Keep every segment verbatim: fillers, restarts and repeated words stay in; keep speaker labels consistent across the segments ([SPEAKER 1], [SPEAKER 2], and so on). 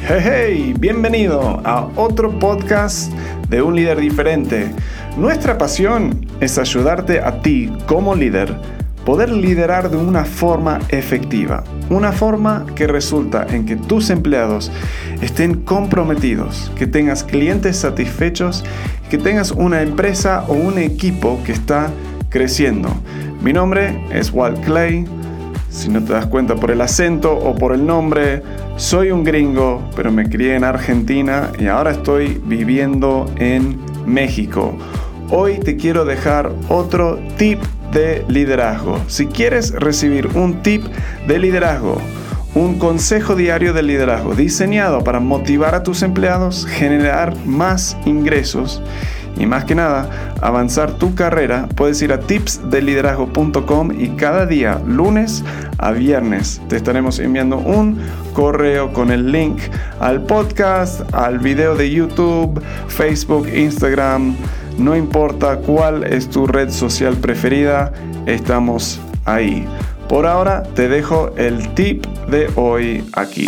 [SPEAKER 1] Hey, hey, bienvenido a otro podcast de un líder diferente. Nuestra pasión es ayudarte a ti como líder poder liderar de una forma efectiva, una forma que resulta en que tus empleados estén comprometidos, que tengas clientes satisfechos, que tengas una empresa o un equipo que está creciendo. Mi nombre es Walt Clay. Si no te das cuenta por el acento o por el nombre, soy un gringo, pero me crié en Argentina y ahora estoy viviendo en México. Hoy te quiero dejar otro tip de liderazgo. Si quieres recibir un tip de liderazgo, un consejo diario de liderazgo diseñado para motivar a tus empleados, generar más ingresos y más que nada avanzar tu carrera, puedes ir a tips de liderazgo punto com y cada día, lunes a viernes, te estaremos enviando un correo con el link al podcast, al video de YouTube, Facebook, Instagram. No importa cuál es tu red social preferida, estamos ahí. Por ahora te dejo el tip de hoy aquí.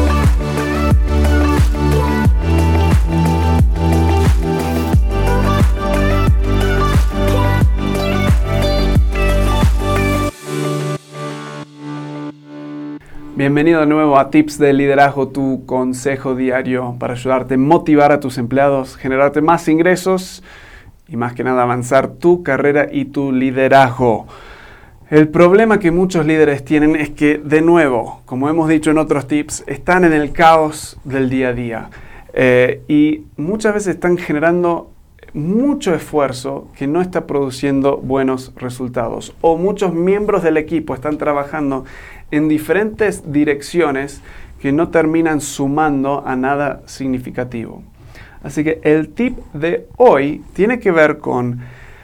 [SPEAKER 1] Bienvenido de nuevo a Tips de Liderazgo, tu consejo diario para ayudarte a motivar a tus empleados, generarte más ingresos y más que nada avanzar tu carrera y tu liderazgo. El problema que muchos líderes tienen es que, de nuevo, como hemos dicho en otros tips, están en el caos del día a día eh, y muchas veces están generando mucho esfuerzo que no está produciendo buenos resultados, o muchos miembros del equipo están trabajando en diferentes direcciones que no terminan sumando a nada significativo. Así que el tip de hoy tiene que ver con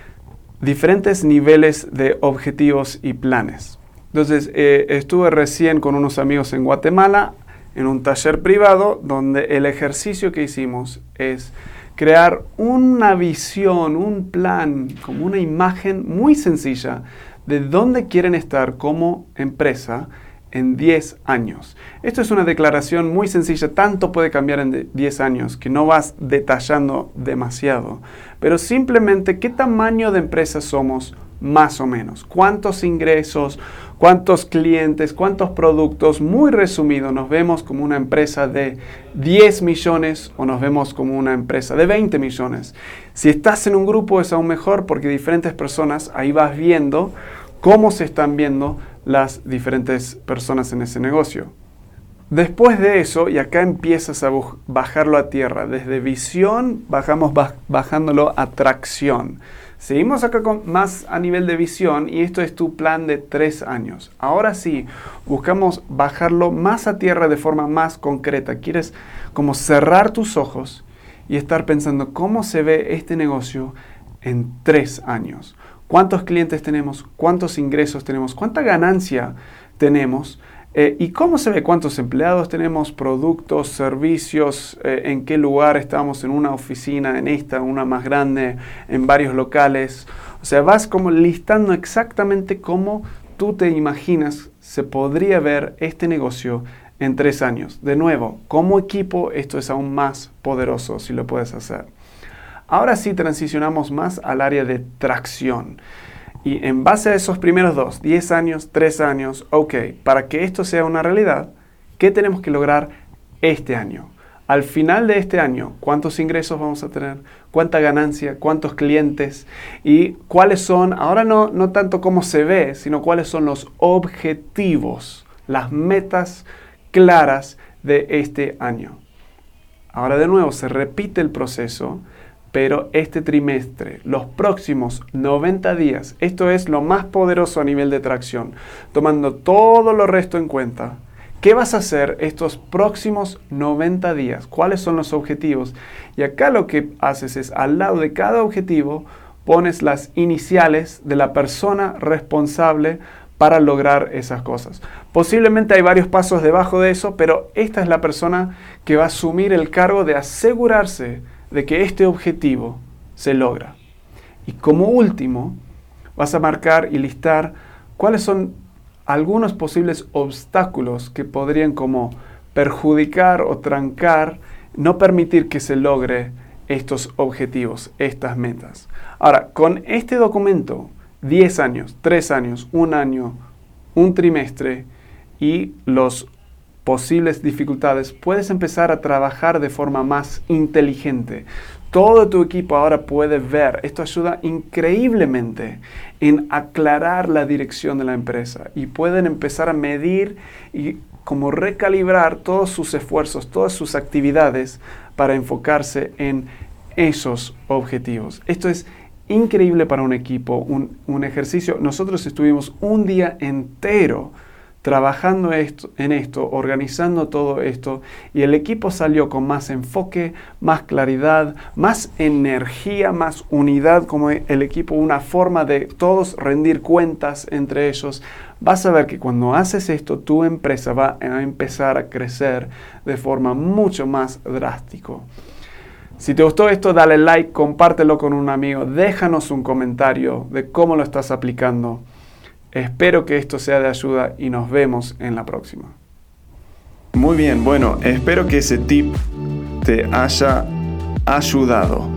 [SPEAKER 1] diferentes niveles de objetivos y planes. Entonces, eh, estuve recién con unos amigos en Guatemala en un taller privado donde el ejercicio que hicimos es crear una visión, un plan, como una imagen muy sencilla de dónde quieren estar como empresa en diez años. Esto es una declaración muy sencilla, tanto puede cambiar en diez años, que no vas detallando demasiado, pero simplemente qué tamaño de empresa somos más o menos, cuántos ingresos, cuántos clientes, cuántos productos, muy resumido, nos vemos como una empresa de diez millones o nos vemos como una empresa de veinte millones. Si estás en un grupo es aún mejor porque diferentes personas, ahí vas viendo cómo se están viendo las diferentes personas en ese negocio. Después de eso, y acá empiezas a bajarlo a tierra, desde visión bajamos baj- bajándolo a tracción. Seguimos acá con más a nivel de visión y esto es tu plan de tres años. Ahora sí, buscamos bajarlo más a tierra de forma más concreta. Quieres como cerrar tus ojos y estar pensando cómo se ve este negocio en tres años. ¿Cuántos clientes tenemos? ¿Cuántos ingresos tenemos? ¿Cuánta ganancia tenemos? Eh, ¿Y cómo se ve? ¿Cuántos empleados tenemos? ¿Productos? ¿Servicios? Eh, ¿En qué lugar estamos? ¿En una oficina? ¿En esta? ¿Una más grande? ¿En varios locales? O sea, vas como listando exactamente cómo tú te imaginas se podría ver este negocio en tres años. De nuevo, como equipo esto es aún más poderoso si lo puedes hacer. Ahora sí transicionamos más al área de tracción. Y en base a esos primeros dos, diez años, tres años, ok, para que esto sea una realidad, ¿qué tenemos que lograr este año? Al final de este año, ¿cuántos ingresos vamos a tener? ¿Cuánta ganancia? ¿Cuántos clientes? ¿Y cuáles son, ahora no, no tanto cómo se ve, sino cuáles son los objetivos, las metas claras de este año? Ahora de nuevo se repite el proceso, pero este trimestre, los próximos noventa días, esto es lo más poderoso a nivel de tracción, tomando todo lo resto en cuenta. ¿Qué vas a hacer estos próximos noventa días? ¿Cuáles son los objetivos? Y acá lo que haces es, al lado de cada objetivo, pones las iniciales de la persona responsable para lograr esas cosas. Posiblemente hay varios pasos debajo de eso, pero esta es la persona que va a asumir el cargo de asegurarse de que este objetivo se logra. Y como último, vas a marcar y listar cuáles son algunos posibles obstáculos que podrían como perjudicar o trancar, no permitir que se logre estos objetivos, estas metas. Ahora, con este documento, diez años, tres años, un año, un trimestre y los posibles dificultades, puedes empezar a trabajar de forma más inteligente. Todo tu equipo ahora puede ver. Esto ayuda increíblemente en aclarar la dirección de la empresa y pueden empezar a medir y como recalibrar todos sus esfuerzos, todas sus actividades para enfocarse en esos objetivos. Esto es increíble para un equipo, un, un ejercicio. Nosotros estuvimos un día entero trabajando esto, en esto, organizando todo esto, y el equipo salió con más enfoque, más claridad, más energía, más unidad como el equipo, una forma de todos rendir cuentas entre ellos. Vas a ver que cuando haces esto, tu empresa va a empezar a crecer de forma mucho más drástica. Si te gustó esto, dale like, compártelo con un amigo, déjanos un comentario de cómo lo estás aplicando. Espero que esto sea de ayuda y nos vemos en la próxima. Muy bien, bueno, espero que ese tip te haya ayudado.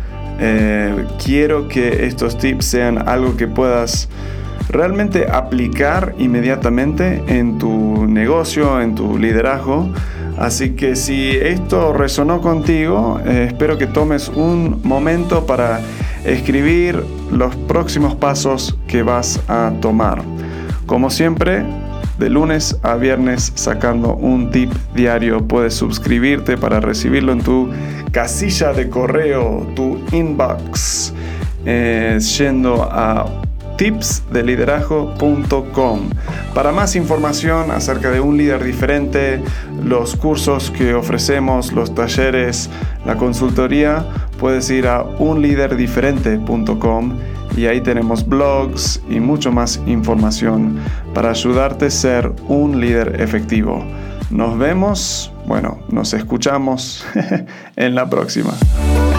[SPEAKER 1] Eh, quiero que estos tips sean algo que puedas realmente aplicar inmediatamente en tu negocio, en tu liderazgo. Así que si esto resonó contigo, eh, espero que tomes un momento para escribir los próximos pasos que vas a tomar. Como siempre, de lunes a viernes sacando un tip diario. Puedes suscribirte para recibirlo en tu casilla de correo, tu inbox, eh, yendo a tips de liderazgo punto com. Para más información acerca de un líder diferente, los cursos que ofrecemos, los talleres, la consultoría, puedes ir a un líder diferente punto com y ahí tenemos blogs y mucho más información para ayudarte a ser un líder efectivo. Nos vemos, bueno, nos escuchamos en la próxima.